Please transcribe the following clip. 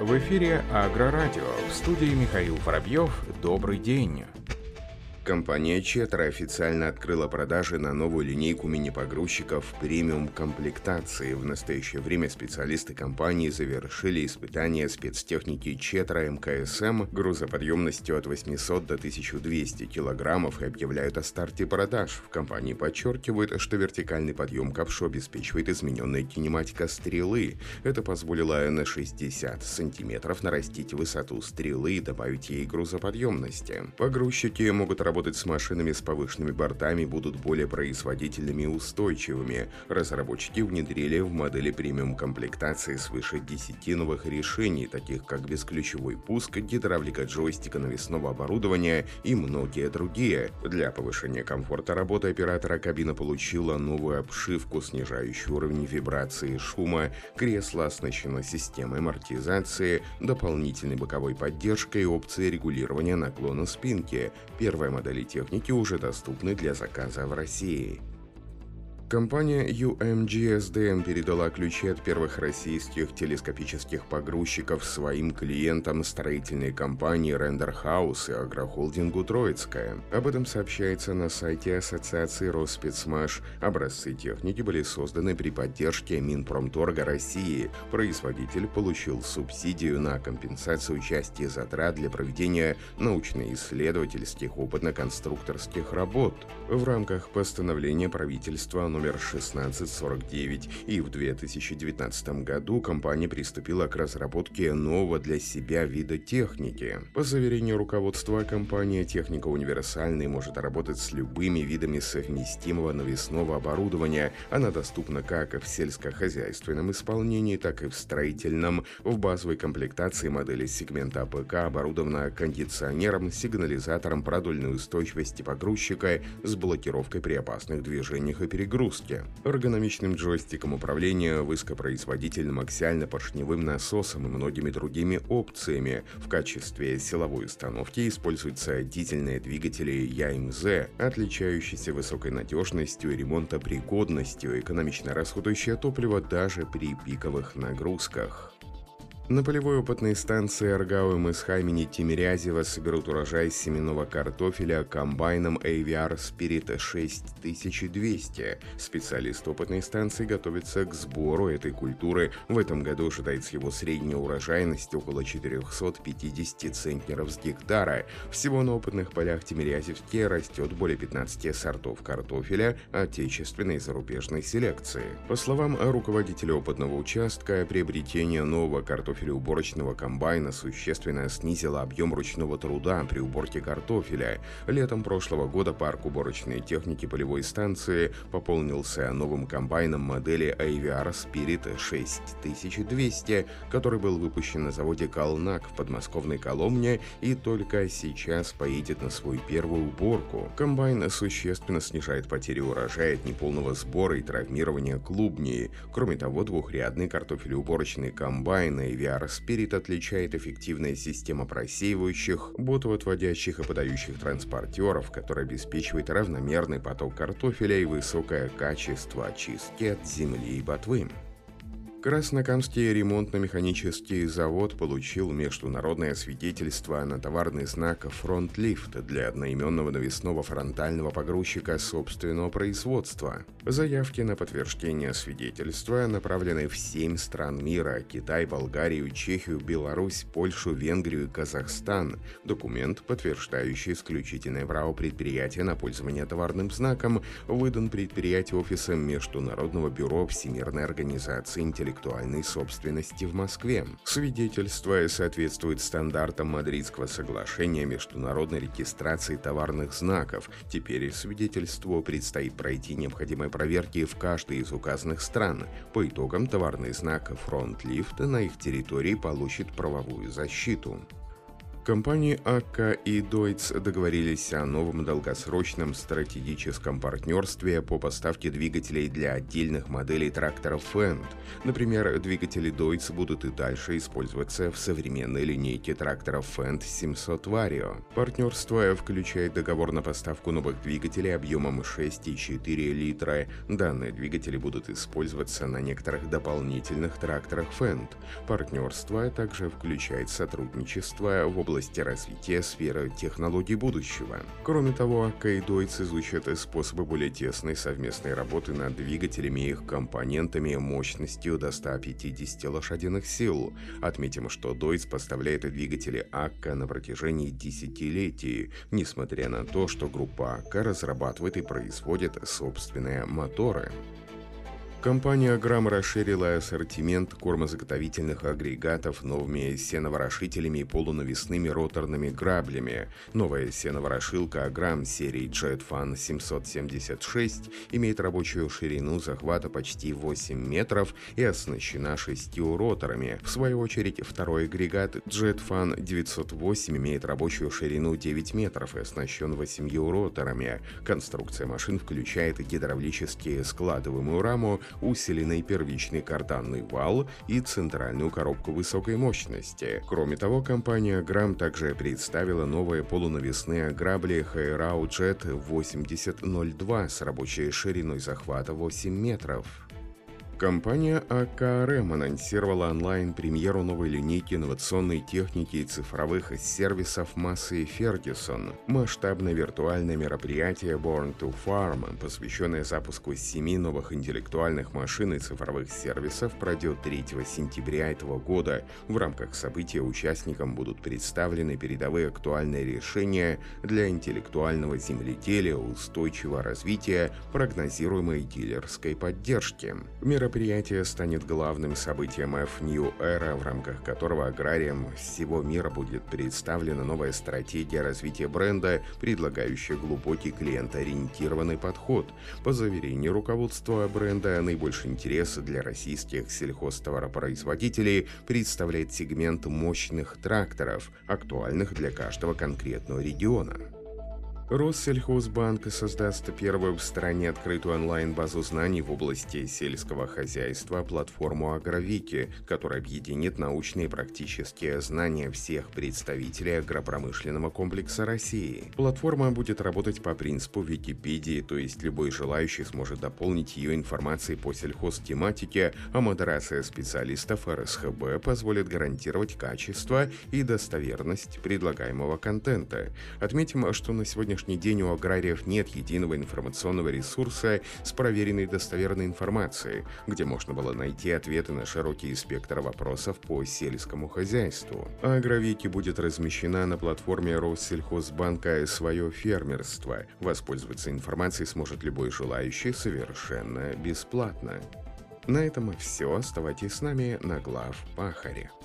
В эфире Агрорадио. В студии Михаил Воробьев. Добрый день. Компания Четра официально открыла продажи на новую линейку мини-погрузчиков премиум комплектации. В настоящее время специалисты компании завершили испытания спецтехники Четра МКСМ грузоподъемностью от 800 до 1200 килограммов и объявляют о старте продаж. В компании подчеркивают, что вертикальный подъем ковшу обеспечивает измененная кинематика стрелы. Это позволило на 60 сантиметров нарастить высоту стрелы и добавить ей грузоподъемности. Погрузчики могут работать с машинами с повышенными бортами, будут более производительными и устойчивыми. Разработчики внедрили в модели премиум комплектации свыше 10 новых решений, таких как бесключевой пуск, гидравлика джойстика навесного оборудования и многие другие. Для повышения комфорта работы оператора кабина получила новую обшивку, снижающую уровень вибрации и шума, кресло оснащено системой амортизации, дополнительной боковой поддержкой и опцией регулирования наклона спинки. Первая модель техники уже доступны для заказа в России. Компания UMGSDM передала ключи от первых российских телескопических погрузчиков своим клиентам строительной компании Render House и агрохолдингу Троицкая. Об этом сообщается на сайте Ассоциации Росспецмаш. Образцы техники были созданы при поддержке Минпромторга России. Производитель получил субсидию на компенсацию части затрат для проведения научно-исследовательских опытно-конструкторских работ. В рамках постановления правительства номер 1649, и в 2019 году компания приступила к разработке нового для себя вида техники. По заверению руководства, компания техника универсальная и может работать с любыми видами совместимого навесного оборудования. Она доступна как в сельскохозяйственном исполнении, так и в строительном. В базовой комплектации модели сегмента АПК оборудована кондиционером, сигнализатором продольной устойчивости погрузчика с блокировкой при опасных движениях и перегрузке, эргономичным джойстиком управления, высокопроизводительным аксиально-поршневым насосом и многими другими опциями. В качестве силовой установки используются дизельные двигатели ЯМЗ, отличающиеся высокой надежностью и ремонтопригодностью, экономично расходующее топливо даже при пиковых нагрузках. На полевой опытной станции РГАУ МСХ имени Тимирязева соберут урожай семенного картофеля комбайном AVR Spirit 6200. Специалист опытной станции готовится к сбору этой культуры. В этом году ожидается его средняя урожайность около 450 центнеров с гектара. Всего на опытных полях Тимирязевске растет более 15 сортов картофеля отечественной и зарубежной селекции. По словам руководителя опытного участка, приобретение нового картофелеуборочного комбайна существенно снизило объем ручного труда при уборке картофеля. Летом прошлого года парк уборочной техники полевой станции пополнился новым комбайном модели AVR Spirit 6200, который был выпущен на заводе «Колнак» в подмосковной Коломне и только сейчас поедет на свою первую уборку. Комбайн существенно снижает потери урожая от неполного сбора и травмирования клубней. Кроме того, двухрядный картофелеуборочный комбайн AVR Spirit отличает эффективная система просеивающих, ботоотводящих и подающих транспортеров, которая обеспечивает равномерный поток картофеля и высокое качество очистки от земли и ботвы. Краснокамский ремонтно-механический завод получил международное свидетельство на товарный знак «Фронтлифт» для одноименного навесного фронтального погрузчика собственного производства. Заявки на подтверждение свидетельства направлены в 7 стран мира – Китай, Болгарию, Чехию, Беларусь, Польшу, Венгрию и Казахстан. Документ, подтверждающий исключительное право предприятия на пользование товарным знаком, выдан предприятию офисом Международного бюро Всемирной организации интеллектуальной собственности в Москве. Свидетельство соответствует стандартам Мадридского соглашения международной регистрации товарных знаков. Теперь свидетельству предстоит пройти необходимые проверки в каждой из указанных стран. По итогам товарный знак «Фронтлифт» на их территории получит правовую защиту. Компании АККА и Deutz договорились о новом долгосрочном стратегическом партнерстве по поставке двигателей для отдельных моделей тракторов Fendt. Например, двигатели Deutz будут и дальше использоваться в современной линейке тракторов Fendt 700 Vario. Партнерство включает договор на поставку новых двигателей объемом 6,4 литра. Данные двигатели будут использоваться на некоторых дополнительных тракторах Fendt. Партнерство также включает сотрудничество в области развития сферы технологий будущего. Кроме того, АККА и Deutz изучат способы более тесной совместной работы над двигателями и их компонентами мощностью до 150 лошадиных сил. Отметим, что Deutz поставляет двигатели АККА на протяжении десятилетий, несмотря на то, что группа АККА разрабатывает и производит собственные моторы. Компания Аграм расширила ассортимент кормозаготовительных агрегатов новыми сеноворошителями и полунавесными роторными граблями. Новая сеноворошилка Аграм серии JetFan 776 имеет рабочую ширину захвата почти 8 метров и оснащена 6 роторами. В свою очередь, второй агрегат JetFan 908 имеет рабочую ширину 9 метров и оснащен 8 роторами. Конструкция машин включает гидравлически складываемую раму, усиленный первичный карданный вал и центральную коробку высокой мощности. Кроме того, компания Аграм также представила новые полунавесные грабли Hayrao Jet 8002 с рабочей шириной захвата 8 метров. Компания АКРМ анонсировала онлайн-премьеру новой линейки инновационной техники и цифровых сервисов Massey Ferguson. Масштабное виртуальное мероприятие Born to Farm, посвященное запуску 7 новых интеллектуальных машин и цифровых сервисов, пройдет 3 сентября этого года. В рамках события участникам будут представлены передовые актуальные решения для интеллектуального земледелия, устойчивого развития, прогнозируемой дилерской поддержки. Мероприятие станет главным событием F-New Era, в рамках которого аграриям всего мира будет представлена новая стратегия развития бренда, предлагающая глубокий клиентоориентированный подход. По заверению руководства бренда, наибольший интерес для российских сельхозтоваропроизводителей представляет сегмент мощных тракторов, актуальных для каждого конкретного региона. Россельхозбанк создаст первую в стране открытую онлайн-базу знаний в области сельского хозяйства, платформу Агровики, которая объединит научные и практические знания всех представителей агропромышленного комплекса России. Платформа будет работать по принципу Википедии, то есть любой желающий сможет дополнить ее информацией по сельхозтематике, а модерация специалистов РСХБ позволит гарантировать качество и достоверность предлагаемого контента. Отметим, что на сегодняшний день у аграриев нет единого информационного ресурса с проверенной достоверной информацией, где можно было найти ответы на широкий спектр вопросов по сельскому хозяйству. Агровики будет размещена на платформе Россельхозбанка «Свое фермерство». Воспользоваться информацией сможет любой желающий совершенно бесплатно. На этом все. Оставайтесь с нами на Глав Пахаре.